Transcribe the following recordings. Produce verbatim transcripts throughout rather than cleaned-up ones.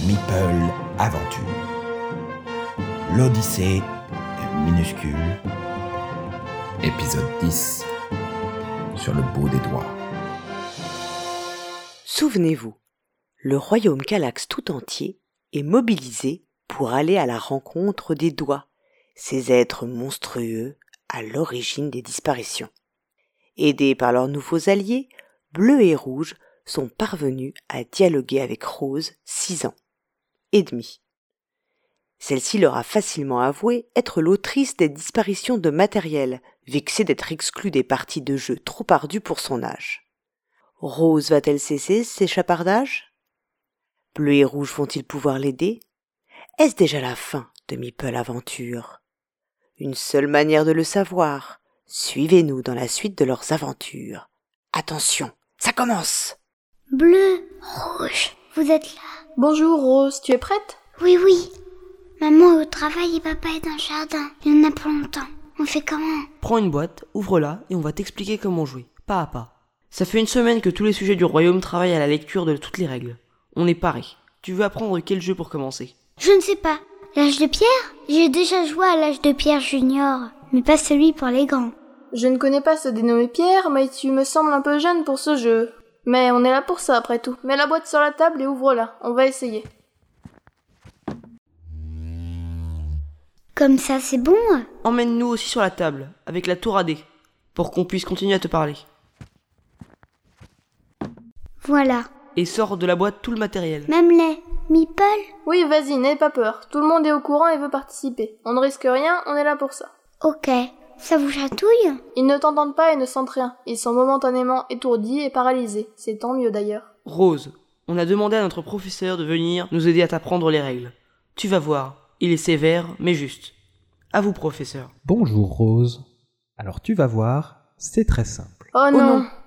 Meeple Aventure. L'Odyssée minuscule. Épisode dix. Sur le bout des doigts. Souvenez-vous, le royaume Kallax tout entier est mobilisé pour aller à la rencontre des doigts, ces êtres monstrueux à l'origine des disparitions. Aidés par leurs nouveaux alliés, Bleu et Rouge sont parvenus à dialoguer avec Rose, six ans et demi. Celle-ci leur a facilement avoué être l'autrice des disparitions de matériel, vexée d'être exclue des parties de jeu trop ardues pour son âge. Rose va-t-elle cesser ses chapardages ? Bleu et Rouge vont-ils pouvoir l'aider ? Est-ce déjà la fin de Meeple Aventure ? Une seule manière de le savoir. Suivez-nous dans la suite de leurs aventures. Attention, ça commence ! Bleu, Rouge, vous êtes là ? Bonjour Rose, tu es prête ? Oui, oui. Maman est au travail et papa est dans le jardin. Il y en a pas longtemps. On fait comment ? Prends une boîte, ouvre-la et on va t'expliquer comment jouer, pas à pas. Ça fait une semaine que tous les sujets du royaume travaillent à la lecture de toutes les règles. On est paré. Tu veux apprendre quel jeu pour commencer ? Je ne sais pas. L'âge de pierre ? J'ai déjà joué à l'âge de pierre junior, mais pas celui pour les grands. Je ne connais pas ce dénommé Pierre, mais tu me sembles un peu jeune pour ce jeu. Mais on est là pour ça après tout. Mets la boîte sur la table et ouvre-la. On va essayer. Comme ça, c'est bon ? Emmène-nous aussi sur la table, avec la tour à dés, pour qu'on puisse continuer à te parler. Voilà. Et sors de la boîte tout le matériel. Même les Meeple ? Oui, vas-y, n'aie pas peur. Tout le monde est au courant et veut participer. On ne risque rien, on est là pour ça. Ok. Ça vous chatouille ? Ils ne t'entendent pas et ne sentent rien. Ils sont momentanément étourdis et paralysés. C'est tant mieux d'ailleurs. Rose, on a demandé à notre professeur de venir nous aider à t'apprendre les règles. Tu vas voir, il est sévère, mais juste. À vous, professeur. Bonjour Rose. Alors tu vas voir, c'est très simple. Oh non, non.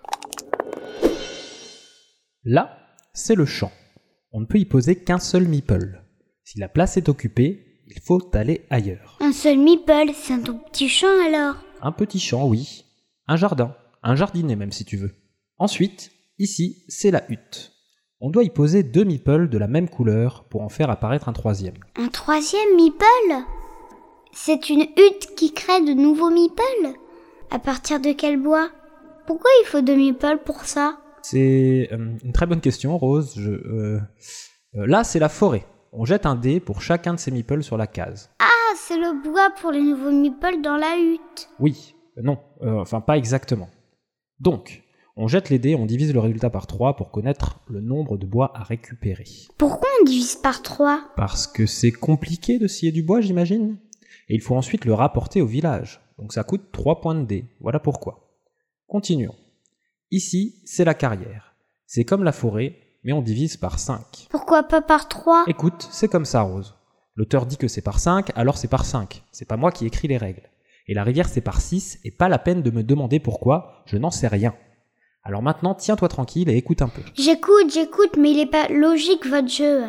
Là, c'est le champ. On ne peut y poser qu'un seul meeple. Si la place est occupée, il faut aller ailleurs. Un seul Meeple, c'est un tout petit champ alors ? Un petit champ, oui. Un jardin. Un jardinet même si tu veux. Ensuite, ici, c'est la hutte. On doit y poser deux meeples de la même couleur pour en faire apparaître un troisième. Un troisième Meeple ? C'est une hutte qui crée de nouveaux Meeples ? À partir de quel bois ? Pourquoi il faut deux Meeples pour ça ? C'est euh, une très bonne question, Rose. Je, euh, euh, là, c'est la forêt. On jette un dé pour chacun de ces meeples sur la case. Ah, c'est le bois pour les nouveaux Meeples dans la hutte. Oui, euh, non, euh, enfin pas exactement. Donc, on jette les dés, on divise le résultat par trois pour connaître le nombre de bois à récupérer. Pourquoi on divise par trois ? Parce que c'est compliqué de scier du bois, j'imagine. Et il faut ensuite le rapporter au village. Donc ça coûte trois points de dés. Voilà pourquoi. Continuons. Ici, c'est la carrière. C'est comme la forêt, mais on divise par cinq. Pourquoi pas par trois ? Écoute, c'est comme ça, Rose. L'auteur dit que c'est par cinq, alors c'est par cinq. C'est pas moi qui écris les règles. Et la rivière, c'est par six, et pas la peine de me demander pourquoi, je n'en sais rien. Alors maintenant, tiens-toi tranquille et écoute un peu. J'écoute, j'écoute, mais il est pas logique votre jeu.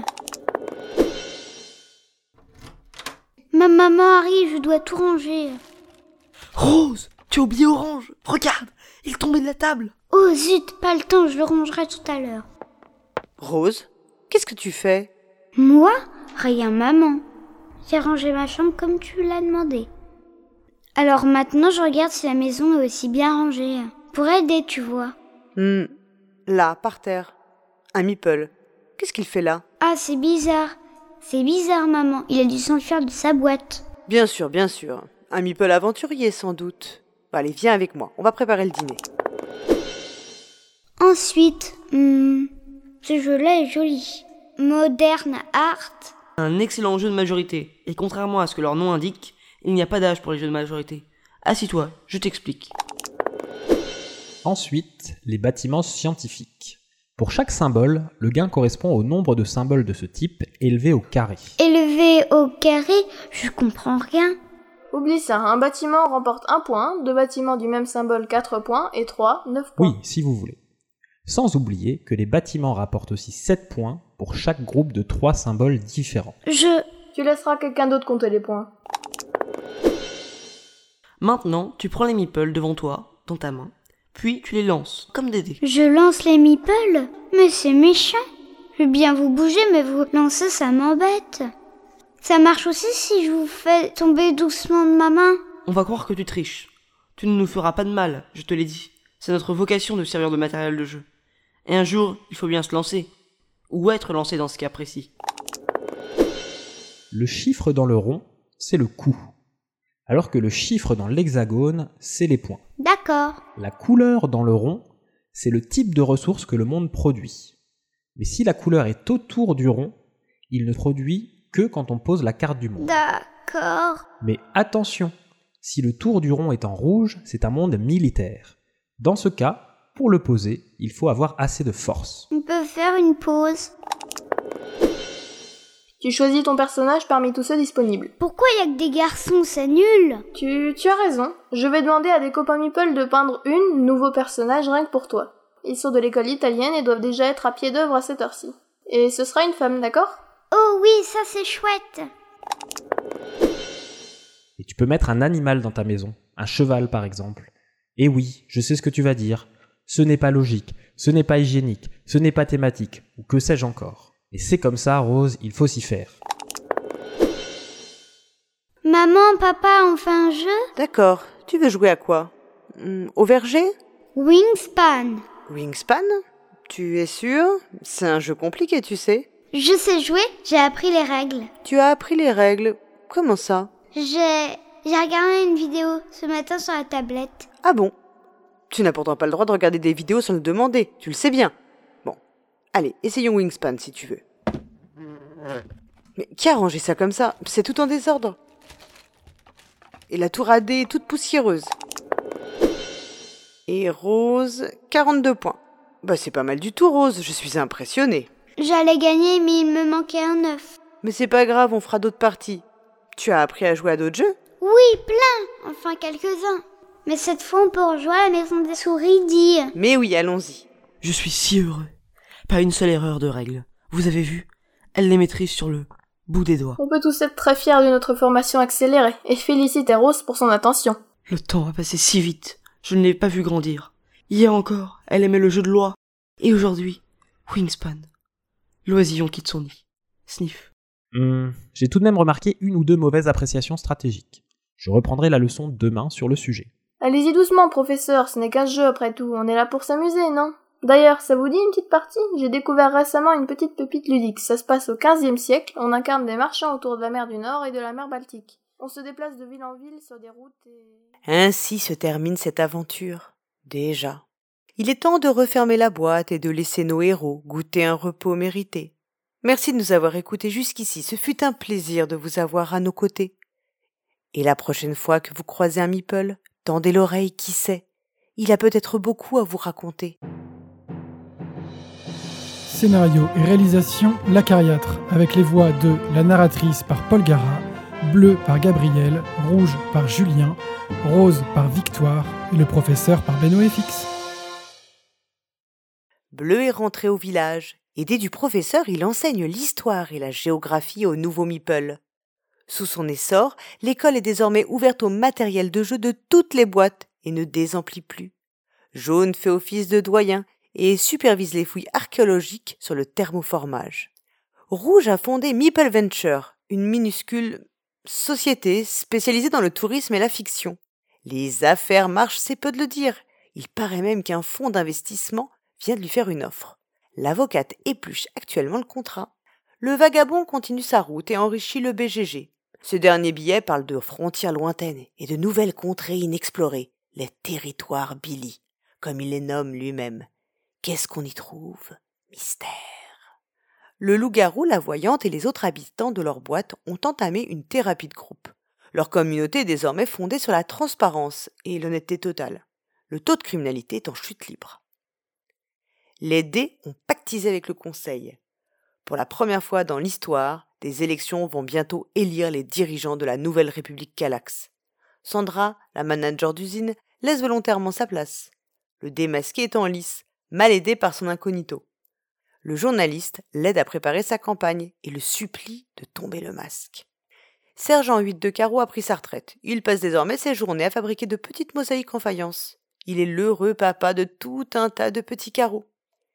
Ma maman arrive, je dois tout ranger. Rose, tu as oublié Orange. Regarde, il est tombé de la table. Oh zut, pas le temps, je le rangerai tout à l'heure. Rose, qu'est-ce que tu fais ? Moi ? Rien, maman. J'ai rangé ma chambre comme tu l'as demandé. Alors maintenant, je regarde si la maison est aussi bien rangée. Pour aider, tu vois. Hmm, là, par terre. Un Meeple. Qu'est-ce qu'il fait là ? Ah, c'est bizarre. C'est bizarre, maman. Il a dû s'enfuir de sa boîte. Bien sûr, bien sûr. Un Meeple aventurier, sans doute. Bon, allez, viens avec moi. On va préparer le dîner. Ensuite, hmm, ce jeu-là est joli. Modern Art. Un excellent jeu de majorité. Et contrairement à ce que leur nom indique, il n'y a pas d'âge pour les jeux de majorité. Assis-toi, je t'explique. Ensuite, les bâtiments scientifiques. Pour chaque symbole, le gain correspond au nombre de symboles de ce type élevé au carré. Élevé au carré, je comprends rien. Oublie ça, un bâtiment remporte un point, deux bâtiments du même symbole quatre points, et trois, neuf points. Oui, si vous voulez. Sans oublier que les bâtiments rapportent aussi sept points pour chaque groupe de trois symboles différents. Je... Tu laisseras quelqu'un d'autre compter les points. Maintenant, tu prends les meeples devant toi, dans ta main, puis tu les lances, comme des dés. Je lance les meeples ? Mais c'est méchant. Je veux bien vous bouger, mais vous lancer, ça m'embête. Ça marche aussi si je vous fais tomber doucement de ma main. On va croire que tu triches. Tu ne nous feras pas de mal, je te l'ai dit. C'est notre vocation de servir de matériel de jeu. Et un jour, il faut bien se lancer. Ou être lancé dans ce cas précis. Le chiffre dans le rond, c'est le coup. Alors que le chiffre dans l'hexagone, c'est les points. D'accord. La couleur dans le rond, c'est le type de ressource que le monde produit. Mais si la couleur est autour du rond, il ne produit que quand on pose la carte du monde. D'accord. Mais attention, si le tour du rond est en rouge, c'est un monde militaire. Dans ce cas, pour le poser, il faut avoir assez de force. On peut faire une pause. Tu choisis ton personnage parmi tous ceux disponibles. Pourquoi y a que des garçons, c'est nul? Tu, tu as raison. Je vais demander à des copains meeple de peindre une nouveau personnage rien que pour toi. Ils sont de l'école italienne et doivent déjà être à pied d'œuvre à cette heure-ci. Et ce sera une femme, d'accord? Oh oui, ça c'est chouette. Et tu peux mettre un animal dans ta maison, un cheval par exemple. Et oui, je sais ce que tu vas dire. Ce n'est pas logique, ce n'est pas hygiénique, ce n'est pas thématique, ou que sais-je encore. Et c'est comme ça, Rose, il faut s'y faire. Maman, papa, on fait un jeu? D'accord, tu veux jouer à quoi? Hum, Au verger? Wingspan. Wingspan? Tu es sûr? C'est un jeu compliqué, tu sais. Je sais jouer, j'ai appris les règles. Tu as appris les règles. Comment ça? J'ai... J'ai regardé une vidéo ce matin sur la tablette. Ah bon? Tu n'as pourtant pas le droit de regarder des vidéos sans le demander, tu le sais bien. Bon, allez, essayons Wingspan si tu veux. Mais qui a rangé ça comme ça? C'est tout en désordre. Et la tour A D est toute poussiéreuse. Et Rose, quarante-deux points. Bah c'est pas mal du tout, Rose, je suis impressionnée. J'allais gagner, mais il me manquait un œuf. Mais c'est pas grave, on fera d'autres parties. Tu as appris à jouer à d'autres jeux? Oui, plein. Enfin, quelques-uns. Mais cette fois, on peut rejoindre la maison des souris, dit. Mais oui, allons-y. Je suis si heureux. Pas une seule erreur de règle. Vous avez vu? Elle les maîtrise sur le bout des doigts. On peut tous être très fiers de notre formation accélérée et féliciter Rose pour son attention. Le temps a passé si vite. Je ne l'ai pas vu grandir. Hier encore, elle aimait le jeu de loi. Et aujourd'hui, Wingspan. L'oisillon quitte son nid. Sniff. Hum, j'ai tout de même remarqué une ou deux mauvaises appréciations stratégiques. Je reprendrai la leçon demain sur le sujet. Allez-y doucement, professeur, ce n'est qu'un jeu après tout, on est là pour s'amuser, non? D'ailleurs, ça vous dit une petite partie? J'ai découvert récemment une petite pépite ludique, ça se passe au quinzième siècle, on incarne des marchands autour de la mer du Nord et de la mer Baltique. On se déplace de ville en ville sur des routes et... Ainsi se termine cette aventure. Déjà. Il est temps de refermer la boîte et de laisser nos héros goûter un repos mérité. Merci de nous avoir écoutés jusqu'ici, ce fut un plaisir de vous avoir à nos côtés. Et la prochaine fois que vous croisez un meeple, tendez l'oreille, qui sait, il a peut-être beaucoup à vous raconter. Scénario et réalisation L'Acariâtre, avec les voix de la narratrice par Paul Gara, Bleu par Gabriel, Rouge par Julien, Rose par Victoire et le professeur par Benoît F X. Bleu est rentré au village. Aidé du professeur, il enseigne l'histoire et la géographie aux nouveaux meeples. Sous son essor, l'école est désormais ouverte au matériel de jeu de toutes les boîtes et ne désemplit plus. Jaune fait office de doyen et supervise les fouilles archéologiques sur le thermoformage. Rouge a fondé Meeple Venture, une minuscule société spécialisée dans le tourisme et la fiction. Les affaires marchent, c'est peu de le dire. Il paraît même qu'un fonds d'investissement vient de lui faire une offre. L'avocate épluche actuellement le contrat. Le vagabond continue sa route et enrichit le B G G. Ce dernier billet parle de frontières lointaines et de nouvelles contrées inexplorées, les territoires Billy, comme il les nomme lui-même. Qu'est-ce qu'on y trouve? Mystère. Le loup-garou, la voyante et les autres habitants de leur boîte ont entamé une thérapie de groupe. Leur communauté est désormais fondée sur la transparence et l'honnêteté totale. Le taux de criminalité est en chute libre. Les dés ont pactisé avec le conseil. Pour la première fois dans l'histoire, des élections vont bientôt élire les dirigeants de la nouvelle République Calax. Sandra, la manager d'usine, laisse volontairement sa place. Le démasqué est en lice, mal aidé par son incognito. Le journaliste l'aide à préparer sa campagne et le supplie de tomber le masque. Sergent huit de carreau a pris sa retraite. Il passe désormais ses journées à fabriquer de petites mosaïques en faïence. Il est l'heureux papa de tout un tas de petits carreaux.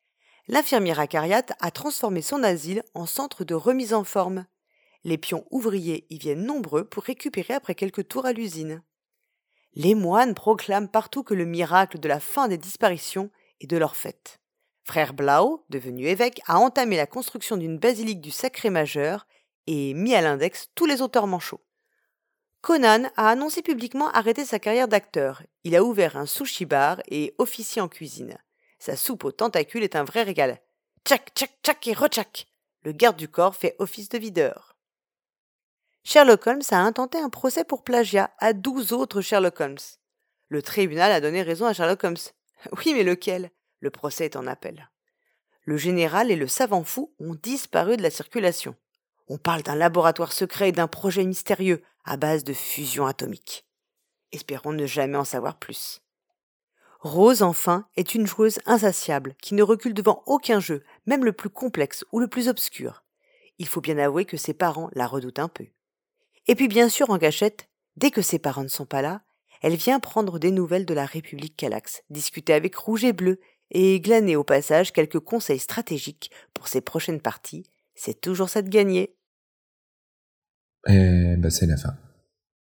L'infirmière acariate a transformé son asile en centre de remise en forme. Les pions ouvriers y viennent nombreux pour récupérer après quelques tours à l'usine. Les moines proclament partout que le miracle de la fin des disparitions est de leur fête. Frère Blau, devenu évêque, a entamé la construction d'une basilique du Sacré-Majeur et mis à l'index tous les auteurs manchots. Conan a annoncé publiquement arrêter sa carrière d'acteur. Il a ouvert un sushi bar et officie en cuisine. Sa soupe aux tentacules est un vrai régal. Tchac, tchac, tchac et retchac. Le garde du corps fait office de videur. Sherlock Holmes a intenté un procès pour plagiat à douze autres Sherlock Holmes. Le tribunal a donné raison à Sherlock Holmes. Oui, mais lequel ? Le procès est en appel. Le général et le savant fou ont disparu de la circulation. On parle d'un laboratoire secret et d'un projet mystérieux à base de fusion atomique. Espérons ne jamais en savoir plus. Rose, enfin, est une joueuse insatiable qui ne recule devant aucun jeu, même le plus complexe ou le plus obscur. Il faut bien avouer que ses parents la redoutent un peu. Et puis bien sûr, en cachette, dès que ses parents ne sont pas là, elle vient prendre des nouvelles de la République Calax, discuter avec Rouge et Bleu et glaner au passage quelques conseils stratégiques pour ses prochaines parties. C'est toujours ça de gagner. Et bah c'est la fin.